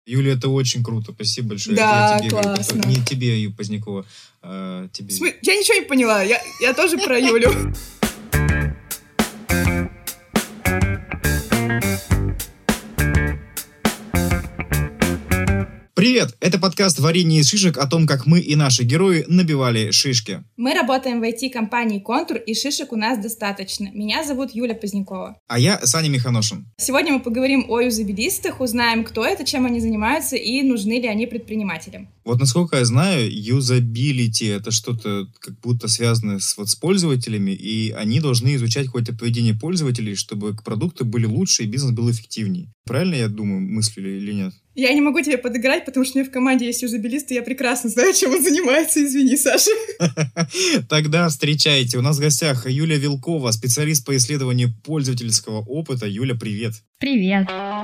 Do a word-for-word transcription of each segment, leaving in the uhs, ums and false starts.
Юля, это очень круто, спасибо большое. Да, я тебе классно. Говорю, не тебе, Ю Позднякова, а тебе. Смы... Я ничего не поняла, я, я тоже про Юлю. Привет! Это подкаст «Варенье из шишек» о том, как мы и наши герои набивали шишки. Мы работаем в ай ти-компании «Контур», и шишек у нас достаточно. Меня зовут Юля Позднякова. А я Саня Миханошин. Сегодня мы поговорим о юзабилистах, узнаем, кто это, чем они занимаются и нужны ли они предпринимателям. Вот насколько я знаю, юзабилити — это что-то как будто связанное с, вот, с пользователями, и они должны изучать какое-то поведение пользователей, чтобы продукты были лучше и бизнес был эффективнее. Правильно я думаю, мыслю или нет? Я не могу тебе подыграть, потому что у меня в команде есть юзабилисты, и я прекрасно знаю, чем он занимается. Извини, Саша. Тогда встречайте. У нас в гостях Юлия Вилкова, специалист по исследованию пользовательского опыта. Юля, привет. Привет.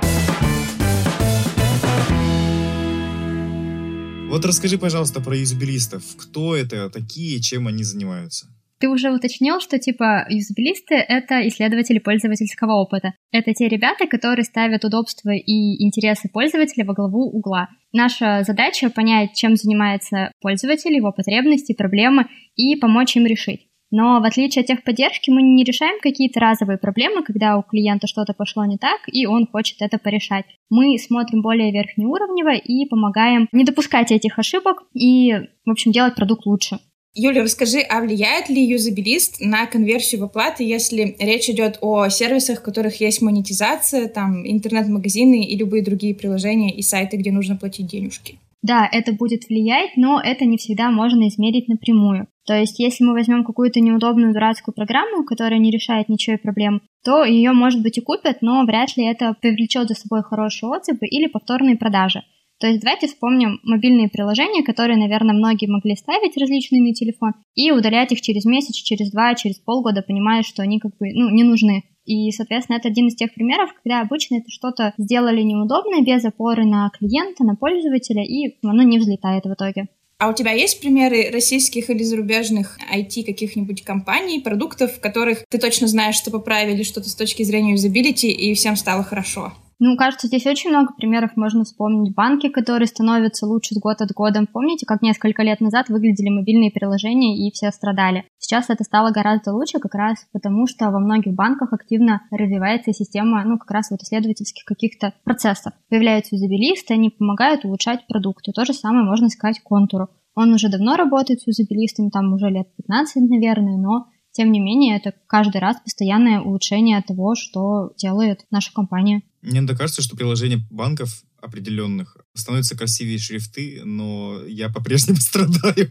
Вот расскажи, пожалуйста, про юзабилистов. Кто это такие, чем они занимаются? Ты уже уточнил, что типа юзабилисты — это исследователи пользовательского опыта. Это те ребята, которые ставят удобства и интересы пользователя во главу угла. Наша задача — понять, чем занимается пользователь, его потребности, проблемы, и помочь им решить. Но в отличие от техподдержки мы не решаем какие-то разовые проблемы, когда у клиента что-то пошло не так, и он хочет это порешать. Мы смотрим более верхнеуровнево и помогаем не допускать этих ошибок и, в общем, делать продукт лучше. Юля, расскажи, а влияет ли юзабилист на конверсию в оплаты, если речь идет о сервисах, в которых есть монетизация, там интернет-магазины и любые другие приложения и сайты, где нужно платить денежки? Да, это будет влиять, но это не всегда можно измерить напрямую. То есть, если мы возьмем какую-то неудобную дурацкую программу, которая не решает ничего проблем, то ее, может быть, и купят, но вряд ли это повлечет за собой хорошие отзывы или повторные продажи. То есть давайте вспомним мобильные приложения, которые, наверное, многие могли ставить различные на телефон и удалять их через месяц, через два, через полгода, понимая, что они как бы ну, не нужны. И, соответственно, это один из тех примеров, когда обычно это что-то сделали неудобное, без опоры на клиента, на пользователя, и оно не взлетает в итоге. А у тебя есть примеры российских или зарубежных ай ти каких-нибудь компаний, продуктов, в которых ты точно знаешь, что поправили что-то с точки зрения юзабилити, и всем стало хорошо? Ну, кажется, здесь очень много примеров можно вспомнить. Банки, которые становятся лучше с год от года. Помните, как несколько лет назад выглядели мобильные приложения и все страдали? Сейчас это стало гораздо лучше как раз потому, что во многих банках активно развивается система, ну, как раз вот исследовательских каких-то процессов. Появляются юзабилисты, они помогают улучшать продукты. То же самое можно сказать Контуру. Он уже давно работает с юзабилистами, там уже лет пятнадцать, наверное, но тем не менее, это каждый раз постоянное улучшение того, что делает наша компания. Мне кажется, что приложения банков определенных становятся красивее шрифты, но я по-прежнему страдаю.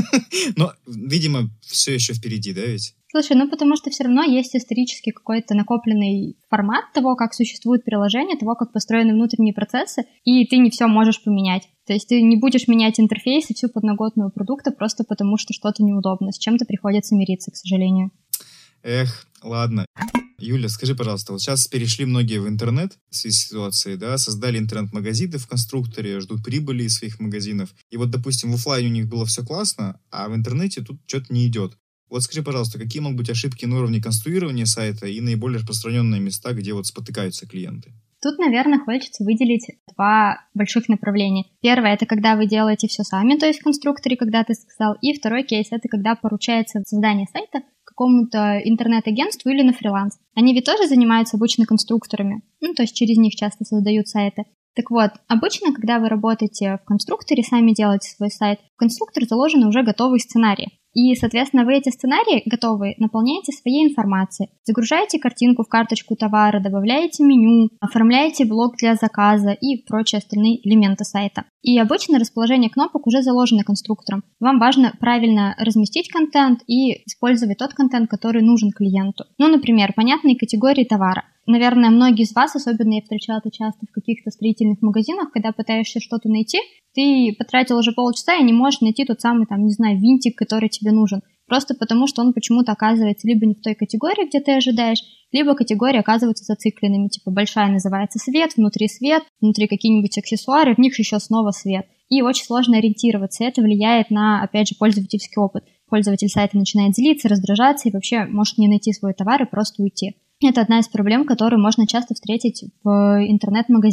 Но, видимо, все еще впереди, да, ведь? Слушай, ну потому что все равно есть исторически какой-то накопленный формат того, как существует приложение, того, как построены внутренние процессы, и ты не все можешь поменять. То есть ты не будешь менять интерфейс и всю подноготную продукта просто потому, что что-то неудобно. С чем-то приходится мириться, к сожалению. Эх, ладно. Юля, скажи, пожалуйста, вот сейчас перешли многие в интернет в связи с ситуацией, да, создали интернет-магазины в конструкторе, ждут прибыли из своих магазинов. И вот, допустим, в офлайне у них было все классно, а в интернете тут что-то не идет. Вот скажи, пожалуйста, какие могут быть ошибки на уровне конструирования сайта и наиболее распространенные места, где вот спотыкаются клиенты? Тут, наверное, хочется выделить два больших направления. Первое — это когда вы делаете все сами, то есть в конструкторе, когда ты сказал. И второй кейс — это когда поручается создание сайта какому-то интернет-агентству или на фриланс. Они ведь тоже занимаются обычно конструкторами, ну, то есть через них часто создают сайты. Так вот, обычно, когда вы работаете в конструкторе, сами делаете свой сайт, в конструктор заложены уже готовые сценарии. И, соответственно, вы эти сценарии готовые наполняете своей информацией. Загружаете картинку в карточку товара, добавляете меню, оформляете блок для заказа и прочие остальные элементы сайта. И обычно расположение кнопок уже заложено конструктором. Вам важно правильно разместить контент и использовать тот контент, который нужен клиенту. Ну, например, понятные категории товара. Наверное, многие из вас, особенно я встречала это часто в каких-то строительных магазинах, когда пытаешься что-то найти, ты потратил уже полчаса и не можешь найти тот самый, там, не знаю, винтик, который тебе нужен. Просто потому, что он почему-то оказывается либо не в той категории, где ты ожидаешь, либо категории оказываются зацикленными. Типа большая называется свет, внутри свет, внутри какие-нибудь аксессуары, в них еще снова свет. И очень сложно ориентироваться. Это влияет на, опять же, пользовательский опыт. Пользователь сайта начинает злиться, раздражаться и вообще может не найти свой товар и просто уйти. Это одна из проблем, которую можно часто встретить в интернет-магазинах.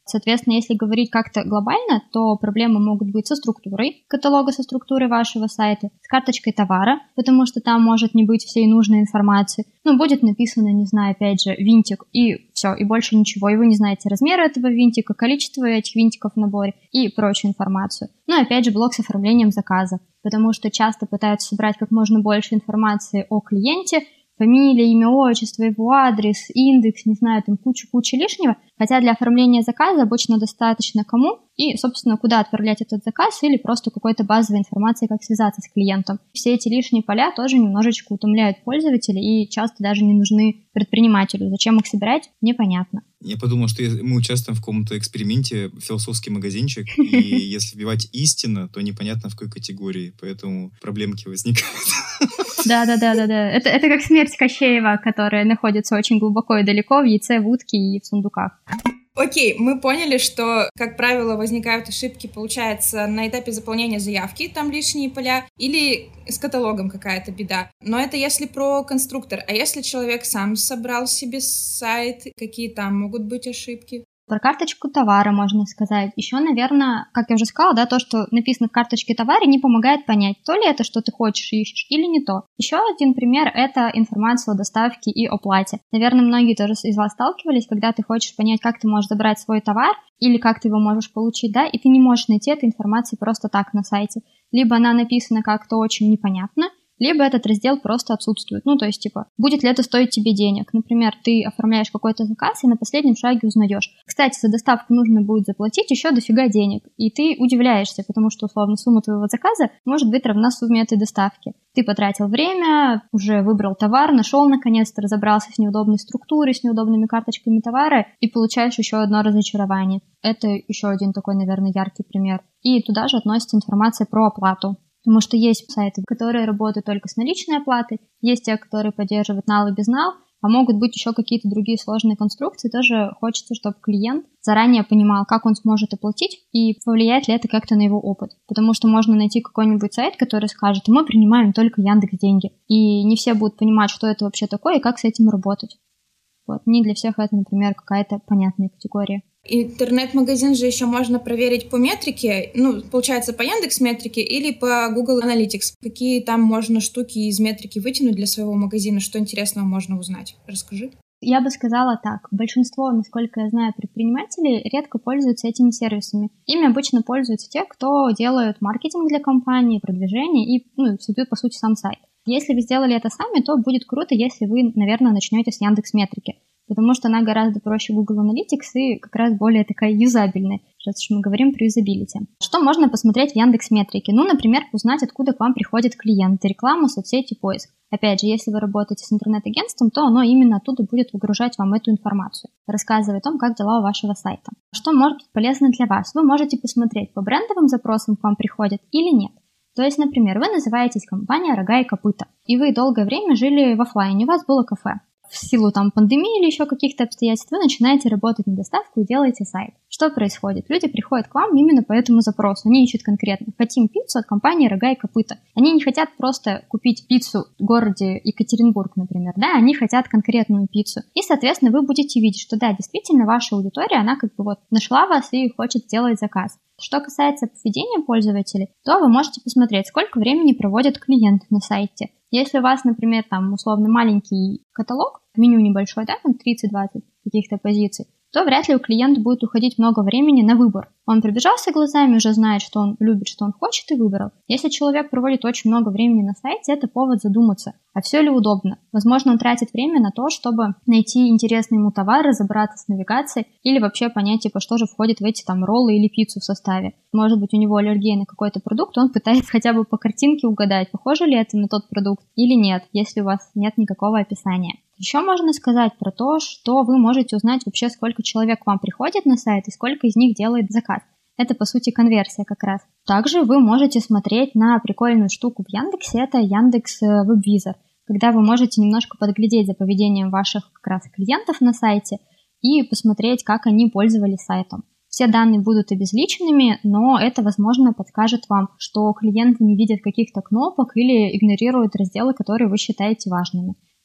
Соответственно, если говорить как-то глобально, то проблемы могут быть со структурой каталога, со структурой вашего сайта, с карточкой товара, потому что там может не быть всей нужной информации. Ну, будет написано, не знаю, опять же, винтик, и все, и больше ничего. И вы не знаете размера этого винтика, количество этих винтиков в наборе и прочую информацию. Ну, и опять же, блок с оформлением заказа, потому что часто пытаются собрать как можно больше информации о клиенте, фамилия, имя, отчество, его адрес, индекс, не знаю, там кучу-кучу лишнего. Хотя для оформления заказа обычно достаточно кому и, собственно, куда отправлять этот заказ или просто какой-то базовой информации, как связаться с клиентом. Все эти лишние поля тоже немножечко утомляют пользователя и часто даже не нужны предпринимателю. Зачем их собирать, непонятно. Я подумал, что мы участвуем в каком-то эксперименте, философский магазинчик, и если вбивать истина, то непонятно в какой категории, поэтому проблемки возникают. Да-да-да-да-да. Это, это как смерть Кощеева, которая находится очень глубоко и далеко в яйце, в утке и в сундуках. Окей, мы поняли, что, как правило, возникают ошибки, получается, на этапе заполнения заявки, там лишние поля, или с каталогом какая-то беда. Но это если про конструктор. А если человек сам собрал себе сайт, какие там могут быть ошибки? Про карточку товара можно сказать. Еще, наверное, как я уже сказала, да, то, что написано в карточке товара, не помогает понять, то ли это, что ты хочешь и ищешь, или не то. Еще один пример — это информация о доставке и оплате. Наверное, многие тоже из вас сталкивались, когда ты хочешь понять, как ты можешь забрать свой товар, или как ты его можешь получить, да, и ты не можешь найти этой информации просто так на сайте. Либо она написана как-то очень непонятно, либо этот раздел просто отсутствует. Ну, то есть, типа, будет ли это стоить тебе денег? Например, ты оформляешь какой-то заказ и на последнем шаге узнаешь. Кстати, за доставку нужно будет заплатить еще дофига денег. И ты удивляешься, потому что, условно, сумма твоего заказа может быть равна сумме этой доставки. Ты потратил время, уже выбрал товар, нашел наконец-то, разобрался с неудобной структурой, с неудобными карточками товара и получаешь еще одно разочарование. Это еще один такой, наверное, яркий пример. И туда же относится информация про оплату. Потому что есть сайты, которые работают только с наличной оплатой, есть те, которые поддерживают нал и безнал, а могут быть еще какие-то другие сложные конструкции. Тоже хочется, чтобы клиент заранее понимал, как он сможет оплатить и повлияет ли это как-то на его опыт. Потому что можно найти какой-нибудь сайт, который скажет: мы принимаем только Яндекс.Деньги. И не все будут понимать, что это вообще такое и как с этим работать. Вот. Не для всех это, например, какая-то понятная категория. Интернет-магазин же еще можно проверить по метрике, ну, получается, по Яндекс.Метрике или по Google Analytics. Какие там можно штуки из метрики вытянуть для своего магазина, что интересного можно узнать? Расскажи. Я бы сказала так. Большинство, насколько я знаю, предпринимателей редко пользуются этими сервисами. Ими обычно пользуются те, кто делают маркетинг для компании, продвижение и, ну, создают, по сути, сам сайт. Если вы сделали это сами, то будет круто, если вы, наверное, начнете с Яндекс.Метрики, потому что она гораздо проще Google Analytics и как раз более такая юзабельная, раз уж мы говорим про юзабилити. Что можно посмотреть в Яндекс.Метрике? Ну, например, узнать, откуда к вам приходят клиенты, реклама, соцсети, поиск. Опять же, если вы работаете с интернет-агентством, то оно именно оттуда будет выгружать вам эту информацию, рассказывая о том, как дела у вашего сайта. Что может быть полезно для вас? Вы можете посмотреть, по брендовым запросам к вам приходят или нет. То есть, например, вы называетесь компания «Рога и копыта», и вы долгое время жили в офлайне, у вас было кафе. В силу там пандемии или еще каких-то обстоятельств вы начинаете работать на доставку и делаете сайт. Что происходит? Люди приходят к вам именно по этому запросу. Они ищут конкретно: хотим пиццу от компании «Рога и копыта». Они не хотят просто купить пиццу в городе Екатеринбург, например, да, они хотят конкретную пиццу. И, соответственно, вы будете видеть, что да, действительно, ваша аудитория, она как бы вот нашла вас и хочет сделать заказ. Что касается поведения пользователей, то вы можете посмотреть, сколько времени проводят клиенты на сайте. Если у вас, например, там условно маленький каталог, меню небольшое, да, там тридцать-двадцать каких-то позиций, то вряд ли у клиента будет уходить много времени на выбор. Он пробежался глазами, уже знает, что он любит, что он хочет, и выбрал. Если человек проводит очень много времени на сайте, это повод задуматься, а все ли удобно. Возможно, он тратит время на то, чтобы найти интересный ему товар, разобраться с навигацией или вообще понять, типа, что же входит в эти там роллы или пиццу в составе. Может быть, у него аллергия на какой-то продукт, он пытается хотя бы по картинке угадать, похоже ли это на тот продукт или нет, если у вас нет никакого описания. Еще можно сказать про то, что вы можете узнать вообще, сколько человек к вам приходит на сайт и сколько из них делает заказ. Это, по сути, конверсия как раз. Также вы можете смотреть на прикольную штуку в Яндексе, это Яндекс Веб-Визор, когда вы можете немножко подглядеть за поведением ваших как раз клиентов на сайте и посмотреть, как они пользовались сайтом. Все данные будут обезличенными, но это, возможно, подскажет вам, что клиенты не видят каких-то кнопок или игнорируют разделы, которые вы считаете важными.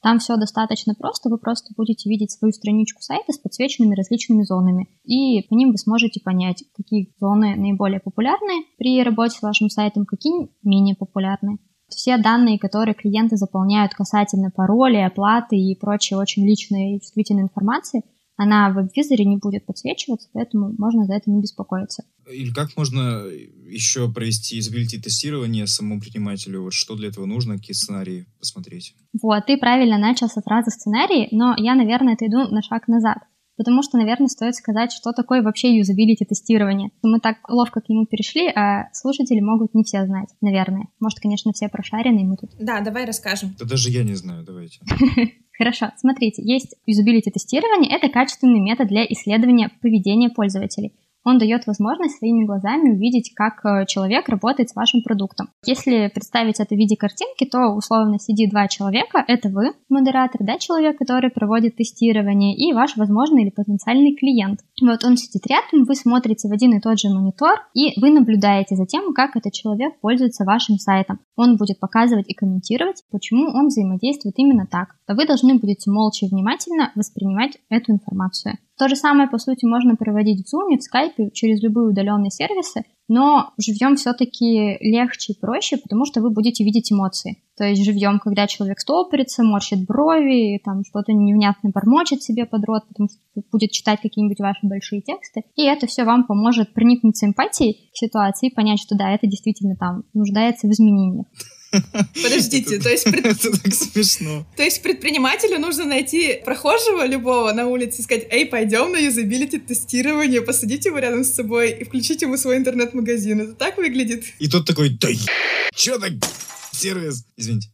Там все достаточно просто, вы просто будете видеть свою страничку сайта с подсвеченными различными зонами, и по ним вы сможете понять, какие зоны наиболее популярны при работе с вашим сайтом, какие менее популярны. Все данные, которые клиенты заполняют касательно паролей, оплаты и прочей очень личной и чувствительной информации, она в веб-визоре не будет подсвечиваться, поэтому можно за это не беспокоиться. Или как можно еще провести юзабилити-тестирование самому предпринимателю? Вот что для этого нужно, какие сценарии посмотреть? Вот, ты правильно начал со фразы «сценарий», но я, наверное, отойду на шаг назад. Потому что, наверное, стоит сказать, что такое вообще юзабилити-тестирование. Мы так ловко к нему перешли, а слушатели могут не все знать, наверное. Может, конечно, все прошаренные мы тут. Да, давай расскажем. Да даже я не знаю, давайте. Хорошо, смотрите, есть юзабилити-тестирование, это качественный метод для исследования поведения пользователей. Он дает возможность своими глазами увидеть, как человек работает с вашим продуктом. Если представить это в виде картинки, то условно сидит два человека, это вы, модератор, да, человек, который проводит тестирование, и ваш возможный или потенциальный клиент. Вот он сидит рядом, вы смотрите в один и тот же монитор, и вы наблюдаете за тем, как этот человек пользуется вашим сайтом. Он будет показывать и комментировать, почему он взаимодействует именно так. А вы должны будете молча и внимательно воспринимать эту информацию. То же самое, по сути, можно проводить в Zoom, в Skype, через любые удаленные сервисы, но живьем все-таки легче и проще, потому что вы будете видеть эмоции. То есть живьем, когда человек стопорится, морщит брови, там что-то невнятно бормочет себе под рот, потому что будет читать какие-нибудь ваши большие тексты. И это все вам поможет проникнуться эмпатией к ситуации и понять, что да, это действительно там нуждается в изменениях. Подождите, то есть... Пред... Это так смешно. То есть предпринимателю нужно найти прохожего любого на улице и сказать: эй, пойдем на юзабилити-тестирование, посадите его рядом с собой и включите ему свой интернет-магазин. Это так выглядит? И тот такой: да чё так... сервис. Извините.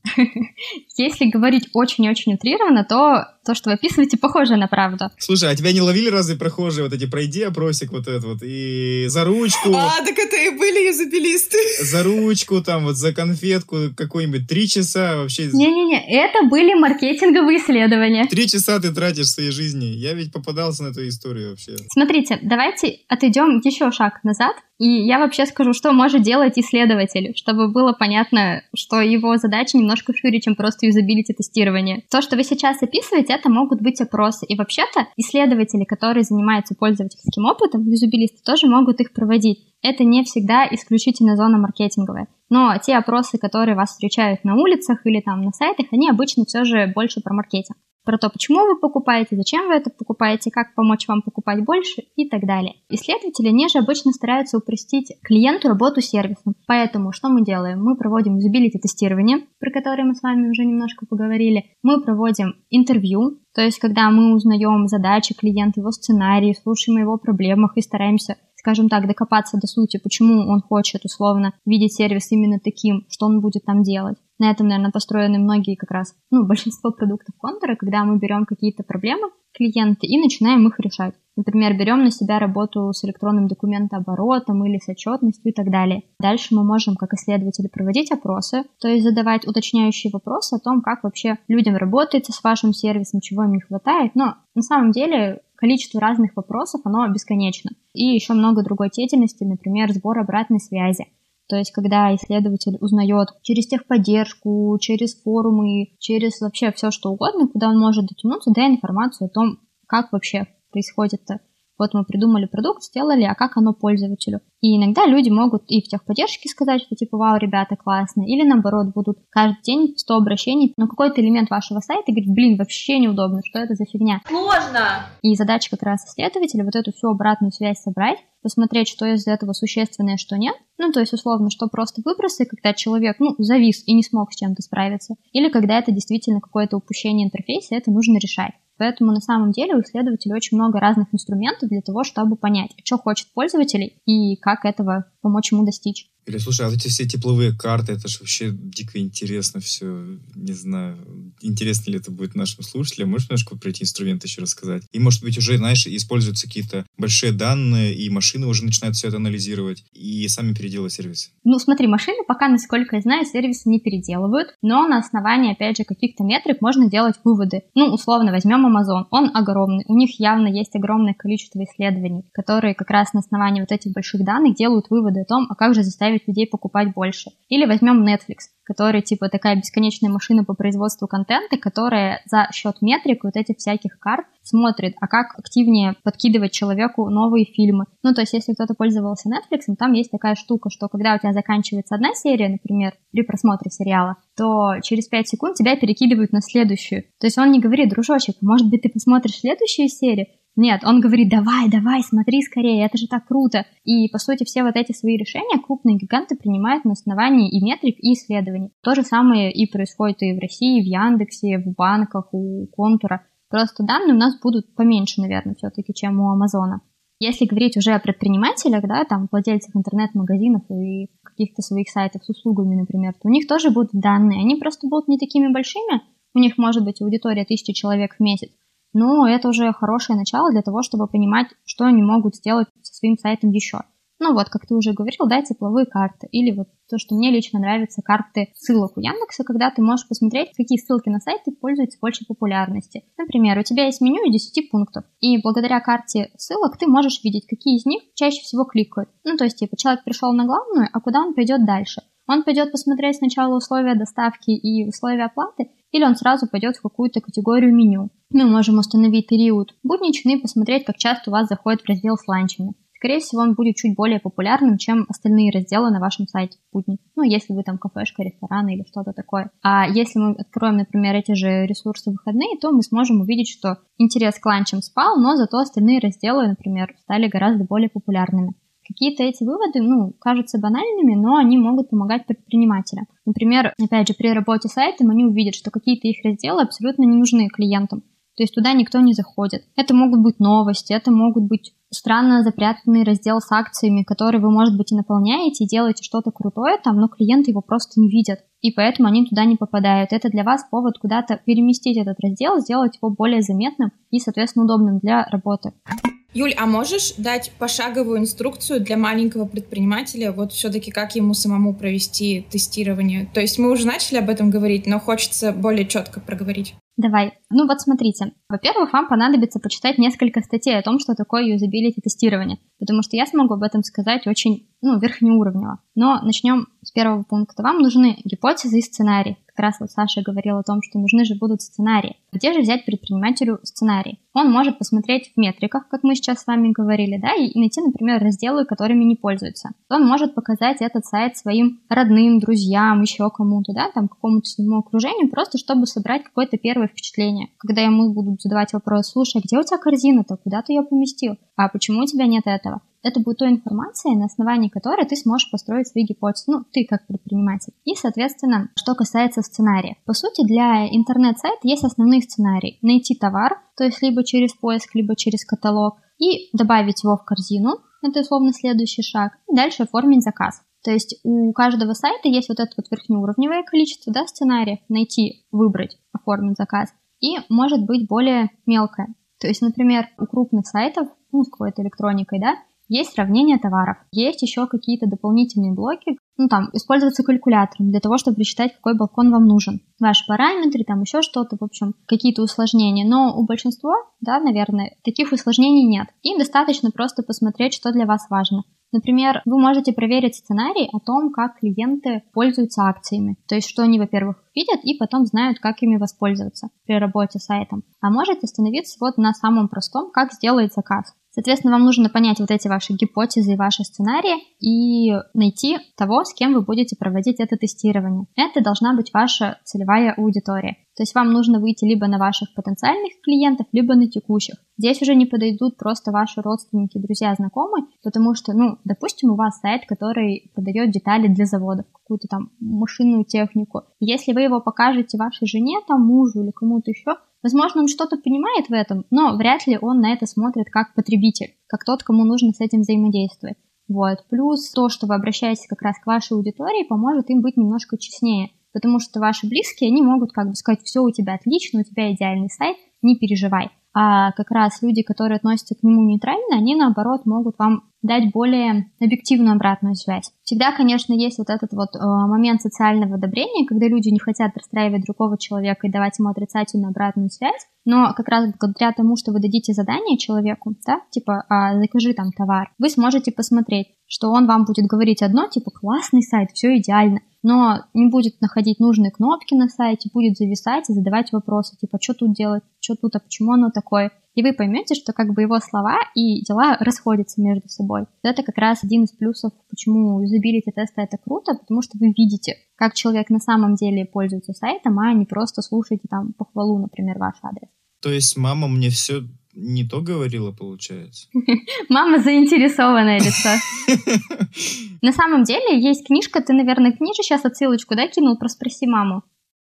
Если говорить очень-очень утрированно, то то, что вы описываете, похоже на правду. Слушай, а тебя не ловили разве прохожие вот эти «пройди опросик» вот этот вот, и за ручку... А, так это и были юзабилисты. За ручку, там вот за конфетку какой-нибудь три часа вообще... Не-не-не, это были маркетинговые исследования. Три часа ты тратишь в своей жизни. Я ведь попадался на эту историю вообще. Смотрите, давайте отойдем еще шаг назад, и я вообще скажу, что может делать исследователь, чтобы было понятно, что его задача немножко шире, чем просто юзабилити-тестирование. То, что вы сейчас описываете, это могут быть опросы. И вообще-то исследователи, которые занимаются пользовательским опытом, юзабилисты, тоже могут их проводить. Это не всегда исключительно зона маркетинговая. Но те опросы, которые вас встречают на улицах или там на сайтах, они обычно все же больше про маркетинг. Про то, почему вы покупаете, зачем вы это покупаете, как помочь вам покупать больше и так далее. Исследователи, они же обычно стараются упростить клиенту работу с сервисом. Поэтому что мы делаем? Мы проводим юзабилити-тестирование, про которое мы с вами уже немножко поговорили. Мы проводим интервью, то есть когда мы узнаем задачи клиента, его сценарии, слушаем о его проблемах и стараемся, скажем так, докопаться до сути, почему он хочет условно видеть сервис именно таким, что он будет там делать. На этом, наверное, построены многие как раз, ну, большинство продуктов Контура, когда мы берем какие-то проблемы клиента и начинаем их решать. Например, берем на себя работу с электронным документооборотом или с отчетностью и так далее. Дальше мы можем, как исследователи, проводить опросы, то есть задавать уточняющие вопросы о том, как вообще людям работается с вашим сервисом, чего им не хватает. Но на самом деле количество разных вопросов, оно бесконечно. И еще много другой деятельности, например, сбор обратной связи. То есть, когда исследователь узнает через техподдержку, через форумы, через вообще все, что угодно, куда он может дотянуться, да, информацию о том, как вообще происходит-то. Вот мы придумали продукт, сделали, а как оно пользователю. И иногда люди могут и в техподдержке сказать, что типа, вау, ребята, классно. Или наоборот, будут каждый день сто обращений, но какой-то элемент вашего сайта говорит: блин, вообще неудобно, что это за фигня. Сложно! И задача как раз исследователя вот эту всю обратную связь собрать, посмотреть, что из этого существенное, что нет. Ну, то есть, условно, что просто выбросы, когда человек, ну, завис и не смог с чем-то справиться. Или когда это действительно какое-то упущение интерфейса, это нужно решать. Поэтому на самом деле у исследователей очень много разных инструментов для того, чтобы понять, что хочет пользователь и как этого помочь ему достичь. Или, слушай, а вот эти все тепловые карты, это же вообще дико интересно все. Не знаю, интересно ли это будет нашим слушателям. Можешь немножко про эти инструменты еще рассказать? И, может быть, уже, знаешь, используются какие-то большие данные, и машины уже начинают все это анализировать, и сами переделывать сервисы. Ну, смотри, машины пока, насколько я знаю, сервисы не переделывают, но на основании, опять же, каких-то метрик можно делать выводы. Ну, условно, возьмем Amazon. Он огромный. У них явно есть огромное количество исследований, которые как раз на основании вот этих больших данных делают выводы о том, а как же заставить заставить людей покупать больше. Или возьмем Netflix, который типа такая бесконечная машина по производству контента, которая за счет метрик вот этих всяких карт смотрит, а как активнее подкидывать человеку новые фильмы. Ну, то есть, если кто-то пользовался Netflix, там есть такая штука, что когда у тебя заканчивается одна серия, например, при просмотре сериала, то через пять секунд тебя перекидывают на следующую. То есть он не говорит: дружочек, может быть, ты посмотришь следующую серию? Нет, он говорит: давай, давай, смотри скорее, это же так круто. И, по сути, все вот эти свои решения крупные гиганты принимают на основании и метрик, и исследований. То же самое и происходит и в России, в Яндексе, в банках, у Контура. Просто данные у нас будут поменьше, наверное, все-таки, чем у Амазона. Если говорить уже о предпринимателях, да, там, владельцах интернет-магазинов и каких-то своих сайтов с услугами, например, то у них тоже будут данные. Они просто будут не такими большими, у них может быть аудитория тысячи человек в месяц, но это уже хорошее начало для того, чтобы понимать, что они могут сделать со своим сайтом еще. Ну вот, как ты уже говорил, да, тепловые карты. Или вот то, что мне лично нравится, карты ссылок у Яндекса, когда ты можешь посмотреть, какие ссылки на сайты пользуются больше популярности. Например, у тебя есть меню из десяти пунктов, и благодаря карте ссылок ты можешь видеть, какие из них чаще всего кликают. Ну, то есть, типа, человек пришел на главную, а куда он пойдет дальше? Он пойдет посмотреть сначала условия доставки и условия оплаты, или он сразу пойдет в какую-то категорию меню. Мы можем установить период будничный и посмотреть, как часто у вас заходит в раздел с ланчами. Скорее всего, он будет чуть более популярным, чем остальные разделы на вашем сайте в будни. Ну, если вы там кафешка, ресторан или что-то такое. А если мы откроем, например, эти же ресурсы выходные, то мы сможем увидеть, что интерес к ланчам спал, но зато остальные разделы, например, стали гораздо более популярными. Какие-то эти выводы, ну, кажутся банальными, но они могут помогать предпринимателям. Например, опять же, при работе с сайтом они увидят, что какие-то их разделы абсолютно не нужны клиентам. То есть туда никто не заходит. Это могут быть новости, это могут быть странно запрятанный раздел с акциями, который вы, может быть, и наполняете, и делаете что-то крутое там, но клиенты его просто не видят, и поэтому они туда не попадают. Это для вас повод куда-то переместить этот раздел, сделать его более заметным и, соответственно, удобным для работы. Юль, а можешь дать пошаговую инструкцию для маленького предпринимателя, вот все-таки как ему самому провести тестирование? То есть мы уже начали об этом говорить, но хочется более четко проговорить. Давай. Ну вот смотрите. Во-первых, вам понадобится почитать несколько статей о том, что такое юзабилити-тестирование, потому что я смогу об этом сказать очень, ну, верхнеуровнево. Но начнем с первого пункта. Вам нужны гипотезы и сценарии. Как раз вот Саша говорил о том, что нужны же будут сценарии. Где же взять предпринимателю сценарий? Он может посмотреть в метриках, как мы сейчас с вами говорили, да, и найти, например, разделы, которыми не пользуются. Он может показать этот сайт своим родным, друзьям, еще кому-то, да, там, какому-то своему окружению, просто чтобы собрать какое-то первое впечатление. Когда ему будут задавать вопрос: слушай, а где у тебя корзина-то, куда ты ее поместил? А почему у тебя нет этого? Это будет та информация, на основании которой ты сможешь построить свои гипотезы, ну, ты как предприниматель. И, соответственно, что касается сценария. По сути, для интернет-сайта есть основные сценарии. Найти товар, то есть либо через поиск, либо через каталог, и добавить его в корзину, это условно следующий шаг, и дальше оформить заказ. То есть у каждого сайта есть вот это вот верхнеуровневое количество, да, сценариев, найти, выбрать, оформить заказ, и может быть более мелкое. То есть, например, у крупных сайтов, ну, с какой-то электроникой, да, есть сравнение товаров, есть еще какие-то дополнительные блоки, ну там, использоваться калькулятором для того, чтобы посчитать, какой балкон вам нужен. Ваши параметры, там еще что-то, в общем, какие-то усложнения. Но у большинства, да, наверное, таких усложнений нет. Им достаточно просто посмотреть, что для вас важно. Например, вы можете проверить сценарий о том, как клиенты пользуются акциями. То есть, что они, во-первых, видят и потом знают, как ими воспользоваться при работе с сайтом. А можете остановиться вот на самом простом, как сделать заказ. Соответственно, вам нужно понять вот эти ваши гипотезы и ваши сценарии и найти того, с кем вы будете проводить это тестирование. Это должна быть ваша целевая аудитория. То есть вам нужно выйти либо на ваших потенциальных клиентов, либо на текущих. Здесь уже не подойдут просто ваши родственники, друзья, знакомые, потому что, ну, допустим, у вас сайт, который продает детали для заводов, какую-то там машинную технику. Если вы его покажете вашей жене, там, мужу или кому-то еще, возможно, он что-то понимает в этом, но вряд ли он на это смотрит как потребитель, как тот, кому нужно с этим взаимодействовать. Вот. Плюс то, что вы обращаетесь как раз к вашей аудитории, поможет им быть немножко честнее, потому что ваши близкие, они могут как бы сказать: все у тебя отлично, у тебя идеальный сайт, не переживай. а как раз люди, которые относятся к нему нейтрально, они, наоборот, могут вам дать более объективную обратную связь. Всегда, конечно, есть вот этот вот э, момент социального одобрения, когда люди не хотят расстраивать другого человека и давать ему отрицательную обратную связь, но как раз благодаря тому, что вы дадите задание человеку, да, типа, а, закажи там товар, вы сможете посмотреть, что он вам будет говорить одно, типа, классный сайт, все идеально, но не будет находить нужные кнопки на сайте, будет зависать и задавать вопросы, типа, что тут делать, что тут, а почему оно такое. И вы поймете, что как бы его слова и дела расходятся между собой. Это как раз один из плюсов, почему юзабилити теста это круто, потому что вы видите, как человек на самом деле пользуется сайтом, а не просто слушаете там похвалу, например, ваш адрес. То есть мама мне все не то говорила, получается? Мама заинтересованное лицо. На самом деле есть книжка, ты, наверное, книжку сейчас отсылочку, да, кинул про «Спроси маму».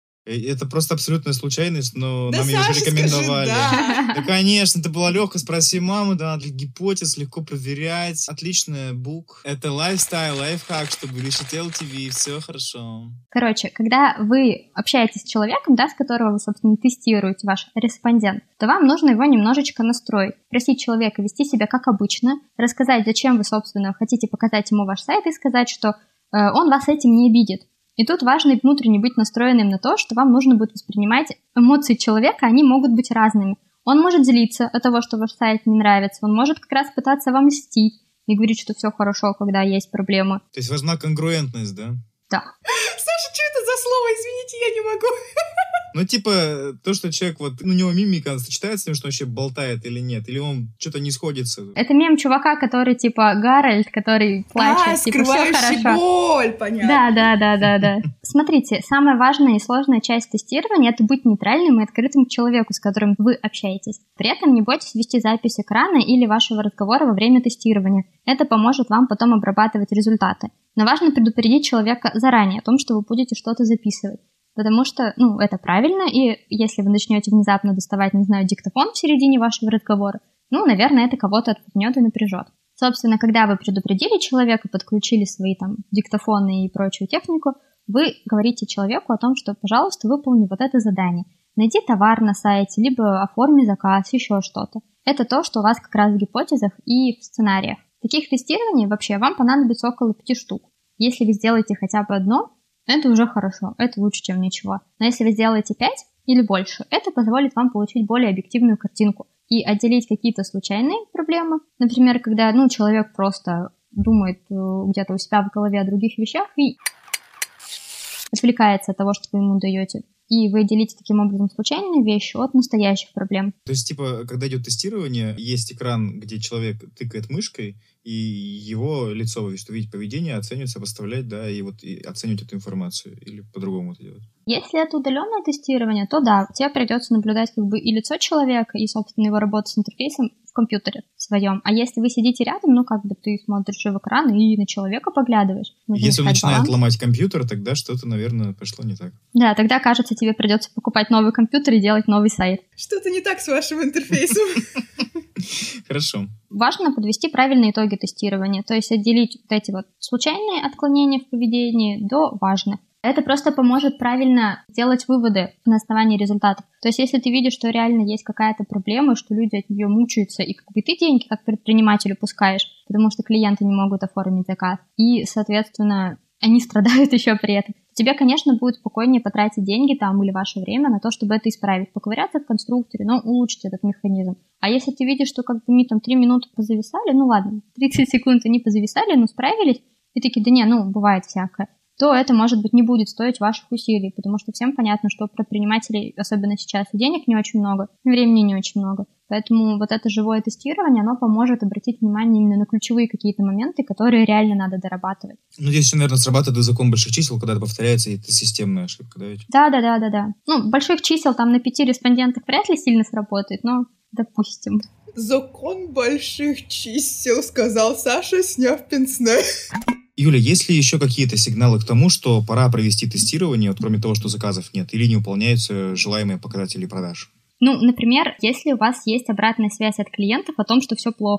Это просто абсолютная случайность, но да нам ее уже рекомендовали. Скажи, да. Да, конечно, это было легко. Спроси маму, да, для гипотез легко проверять. Отличная бук. Это лайфстайл, лайфхак, чтобы решить эл ти ви, все хорошо. Короче, когда вы общаетесь с человеком, да, с которого вы, собственно, тестируете ваш респондент, то вам нужно его немножечко настроить. Просить человека вести себя как обычно, рассказать, зачем вы, собственно, хотите показать ему ваш сайт и сказать, что э, он вас этим не обидит. И тут важно внутренне быть настроенным на то, что вам нужно будет воспринимать эмоции человека, они могут быть разными. Он может злиться от того, что ваш сайт не нравится, он может как раз пытаться вам льстить и говорить, что все хорошо, когда есть проблемы. То есть важна конгруентность, да? Да. Саша, что это за слово? Извините, я не могу. Ну, типа, то, что человек, вот, у него мимика сочетается с тем, что он вообще болтает или нет, или он что-то не сходится. Это мем чувака, который, типа, Гарольд, который плачет, а, типа, все хорошо. боль, понятно. Да, да, да, да, да. Смотрите, самая важная и сложная часть тестирования — это быть нейтральным и открытым к человеку, с которым вы общаетесь. При этом не бойтесь вести запись экрана или вашего разговора во время тестирования. Это поможет вам потом обрабатывать результаты. Но важно предупредить человека заранее о том, что вы будете что-то записывать. Потому что, ну, это правильно, и если вы начнете внезапно доставать, не знаю, диктофон в середине вашего разговора, ну, наверное, это кого-то отпугнет и напряжет. Собственно, когда вы предупредили человека, подключили свои там диктофоны и прочую технику, вы говорите человеку о том, что, пожалуйста, выполни вот это задание. Найди товар на сайте, либо оформи заказ, еще что-то. Это то, что у вас как раз в гипотезах и в сценариях. Таких тестирований вообще вам понадобится около пяти штук. Если вы сделаете хотя бы одно, это уже хорошо, это лучше, чем ничего. Но если вы сделаете пять или больше, это позволит вам получить более объективную картинку и отделить какие-то случайные проблемы. Например, когда, ну, человек просто думает где-то у себя в голове о других вещах и отвлекается от того, что вы ему даете. И вы отделите таким образом случайные вещи от настоящих проблем. То есть, типа, когда идет тестирование, есть экран, где человек тыкает мышкой, и его лицо, что видеть поведение, оценивать, сопоставлять, да, и вот и оценивать эту информацию, или по-другому это делать. Если это удаленное тестирование, то да, тебе придется наблюдать как бы и лицо человека, и, собственно, его работу с интерфейсом в компьютере своем. А если вы сидите рядом, ну, как бы ты смотришь в экран и на человека поглядываешь. Если он начинает баланс. ломать компьютер, тогда что-то, наверное, пошло не так. Да, тогда, кажется, тебе придется покупать новый компьютер и делать новый сайт. Что-то не так с вашим интерфейсом. Хорошо. Важно подвести правильные итоги тестирования, то есть отделить вот эти вот случайные отклонения в поведении до важных. Это просто поможет правильно делать выводы на основании результатов. То есть если ты видишь, что реально есть какая-то проблема, что люди от нее мучаются, и как бы ты деньги как предприниматель упускаешь, потому что клиенты не могут оформить заказ, и, соответственно, они страдают еще при этом. Тебе, конечно, будет спокойнее потратить деньги там или ваше время на то, чтобы это исправить. Поковыряться в конструкторе, но улучшить этот механизм. А если ты видишь, что как бы они там три минуты позависали, ну ладно, тридцать секунд они позависали, но справились, и такие, да не, ну, бывает всякое, то это, может быть, не будет стоить ваших усилий, потому что всем понятно, что у предпринимателей, особенно сейчас, денег не очень много, времени не очень много. Поэтому вот это живое тестирование, оно поможет обратить внимание именно на ключевые какие-то моменты, которые реально надо дорабатывать. Ну, здесь все, наверное, срабатывает закон больших чисел, когда это повторяется, и это системная ошибка, да ведь? Да-да-да-да-да. Ну, больших чисел там на пяти респондентах вряд ли сильно сработает, но допустим. Закон больших чисел, сказал Саша, сняв пенсне. Юля, есть ли еще какие-то сигналы к тому, что пора провести тестирование, вот кроме того, что заказов нет, или не выполняются желаемые показатели продаж? Ну, например, если у вас есть обратная связь от клиентов о том, что все плохо,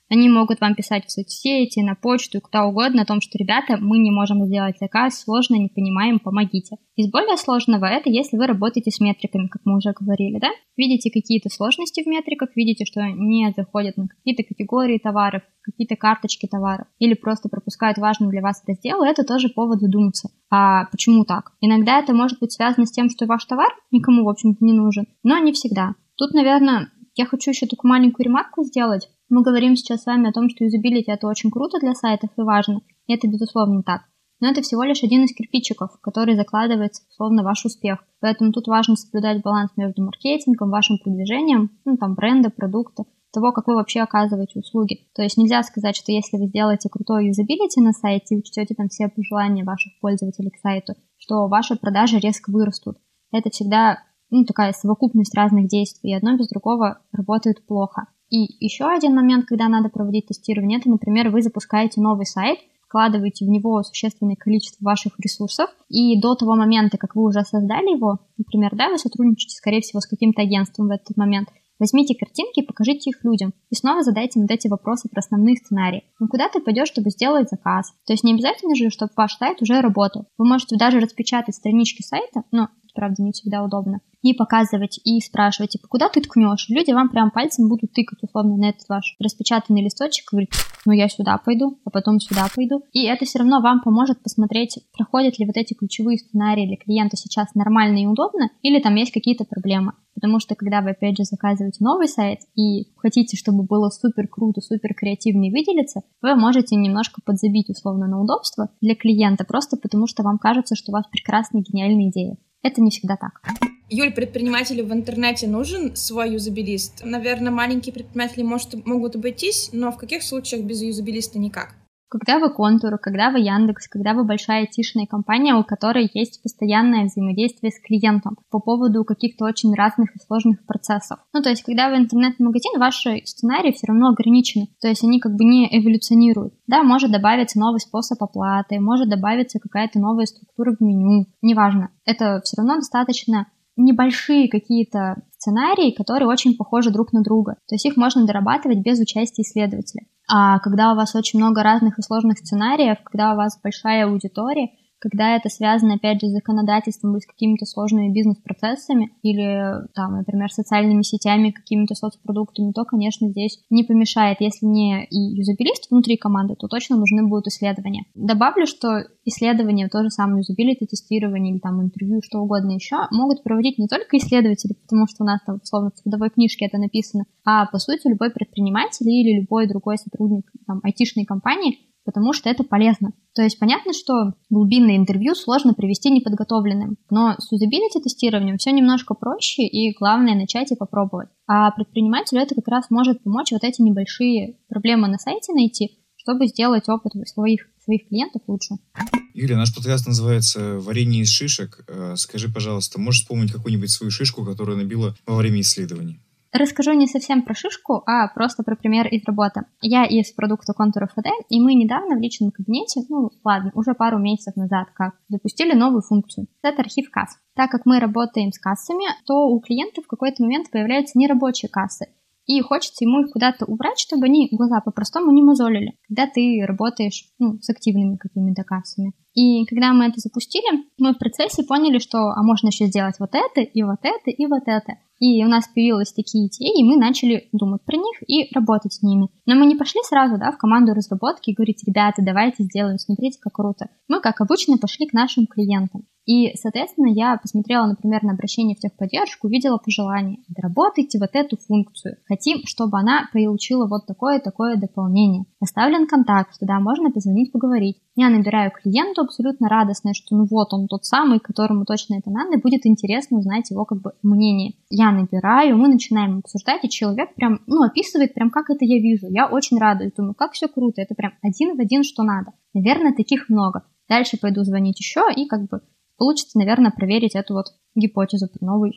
Они могут вам писать в соцсети, на почту, куда угодно о том, что, ребята, мы не можем сделать заказ, сложно, не понимаем, помогите. Из более сложного это если вы работаете с метриками, как мы уже говорили, да? Видите какие-то сложности в метриках, видите, что не заходят на какие-то категории товаров, какие-то карточки товаров, или просто пропускают важные для вас разделы, это тоже повод задуматься. А почему так? Иногда это может быть связано с тем, что ваш товар никому, в общем-то, не нужен, но не всегда. Тут, наверное, я хочу еще такую маленькую ремарку сделать. Мы говорим сейчас с вами о том, что юзабилити — это очень круто для сайтов и важно, и это, безусловно, так. Но это всего лишь один из кирпичиков, который закладывается, условно, в ваш успех. Поэтому тут важно соблюдать баланс между маркетингом, вашим продвижением, ну, там, бренда, продукта, того, как вы вообще оказываете услуги. То есть нельзя сказать, что если вы сделаете крутое юзабилити на сайте и учтете там все пожелания ваших пользователей к сайту, что ваши продажи резко вырастут. Это всегда, ну, такая совокупность разных действий, и одно без другого работает плохо. И еще один момент, когда надо проводить тестирование, это, например, вы запускаете новый сайт, вкладываете в него существенное количество ваших ресурсов, и до того момента, как вы уже создали его, например, да, вы сотрудничаете, скорее всего, с каким-то агентством в этот момент, возьмите картинки и покажите их людям. И снова задайте вот эти вопросы про основные сценарии. Ну, куда ты пойдешь, чтобы сделать заказ? То есть не обязательно же, чтобы ваш сайт уже работал. Вы можете даже распечатать странички сайта, но, правда, не всегда удобно, и показывать, и спрашивать, типа, куда ты ткнешь? Люди вам прям пальцем будут тыкать, условно, на этот ваш распечатанный листочек, и говорить, ну, я сюда пойду, а потом сюда пойду. И это все равно вам поможет посмотреть, проходят ли вот эти ключевые сценарии для клиента сейчас нормально и удобно, или там есть какие-то проблемы. Потому что, когда вы, опять же, заказываете новый сайт и хотите, чтобы было супер круто, супер креативно и выделиться, вы можете немножко подзабить, условно, на удобство для клиента, просто потому что вам кажется, что у вас прекрасная, гениальная идея. Это не всегда так. Юль, предпринимателю в интернете нужен свой юзабилист? Наверное, маленькие предприниматели, может, могут обойтись, но в каких случаях без юзабилиста никак? Когда вы Контур, когда вы Яндекс, когда вы большая айтишная компания, у которой есть постоянное взаимодействие с клиентом по поводу каких-то очень разных и сложных процессов. Ну, то есть, когда вы интернет-магазин, ваши сценарии все равно ограничены, то есть они как бы не эволюционируют. Да, может добавиться новый способ оплаты, может добавиться какая-то новая структура в меню, неважно. Это все равно достаточно небольшие какие-то сценарии, которые очень похожи друг на друга. То есть их можно дорабатывать без участия исследователя. А когда у вас очень много разных и сложных сценариев, когда у вас большая аудитория, когда это связано, опять же, с законодательством или с какими-то сложными бизнес-процессами или, там, например, социальными сетями, какими-то соцпродуктами, то, конечно, здесь не помешает. Если не и юзабилист внутри команды, то точно нужны будут исследования. Добавлю, что исследования, то же самое юзабилити, тестирование или там интервью, что угодно еще, могут проводить не только исследователи, потому что у нас там, условно, в трудовой книжке это написано, а, по сути, любой предприниматель или любой другой сотрудник там, айтишной компании, потому что это полезно. То есть понятно, что глубинное интервью сложно привести неподготовленным, но с юзабилити-тестированием все немножко проще, и главное начать и попробовать. А предпринимателю это как раз может помочь вот эти небольшие проблемы на сайте найти, чтобы сделать опыт своих, своих клиентов лучше. Юля, наш подкаст называется «Варенье из шишек». Скажи, пожалуйста, можешь вспомнить какую-нибудь свою шишку, которую набила во время исследований? Расскажу не совсем про шишку, а просто про пример из работы. Я из продукта Контур эф ди, и мы недавно в личном кабинете, ну ладно, уже пару месяцев назад как, запустили новую функцию. Это архив касс. Так как мы работаем с кассами, то у клиентов в какой-то момент появляются нерабочие кассы. И хочется ему их куда-то убрать, чтобы они глаза по-простому не мозолили, когда ты работаешь ну, с активными какими-то кассами. И когда мы это запустили, мы в процессе поняли, что а можно еще сделать вот это, и вот это, и вот это. И у нас появились такие идеи, и мы начали думать про них и работать с ними. Но мы не пошли сразу да, в команду разработки и говорить, ребята, давайте сделаем, смотрите, как круто. Мы, как обычно, пошли к нашим клиентам. И, соответственно, я посмотрела, например, на обращение в техподдержку, увидела пожелание. Доработайте вот эту функцию. Хотим, чтобы она получила вот такое-такое дополнение. Оставлен контакт, туда можно позвонить, поговорить. Я набираю клиенту, абсолютно радостная, что ну вот он тот самый, которому точно это надо, и будет интересно узнать его как бы мнение. Я набираю, мы начинаем обсуждать, и человек прям, ну, описывает прям, как это я вижу. Я очень радуюсь, думаю, как все круто, это прям один в один, что надо. Наверное, таких много. Дальше пойду звонить еще, и как бы получится, наверное, проверить эту вот гипотезу про новые фичи.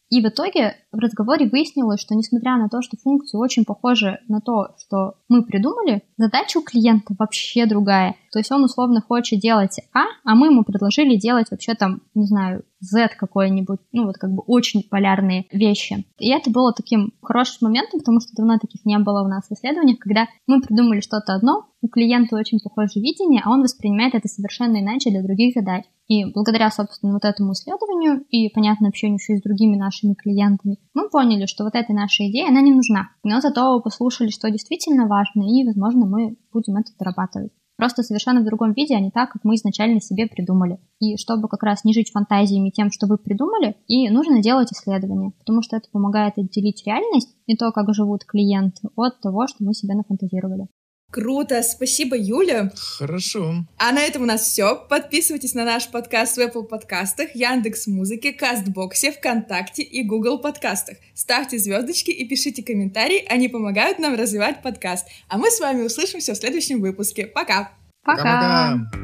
И в итоге в разговоре выяснилось, что несмотря на то, что функции очень похожи на то, что мы придумали, задача у клиента вообще другая. То есть он условно хочет делать А, а мы ему предложили делать вообще там, не знаю, Z какой-нибудь, ну вот как бы очень полярные вещи. И это было таким хорошим моментом, потому что давно таких не было у нас в исследованиях, когда мы придумали что-то одно, у клиента очень похожее видение, а он воспринимает это совершенно иначе для других задач. И благодаря, собственно, вот этому исследованию и, понятно, общению еще и с другими нашими клиентами, мы поняли, что вот эта наша идея, она не нужна. Но зато послушали, что действительно важно, и, возможно, мы будем это дорабатывать. Просто совершенно в другом виде, а не так, как мы изначально себе придумали. И чтобы как раз не жить фантазиями тем, что вы придумали, и нужно делать исследования, потому что это помогает отделить реальность и то, как живут клиенты, от того, что мы себе нафантазировали. Круто, спасибо, Юля. Хорошо. А на этом у нас все. Подписывайтесь на наш подкаст в Apple подкастах, Яндекс.Музыке, Кастбоксе, ВКонтакте и Google подкастах. Ставьте звездочки и пишите комментарии, они помогают нам развивать подкаст. А мы с вами услышимся в следующем выпуске. Пока! Пока! Пока-пока.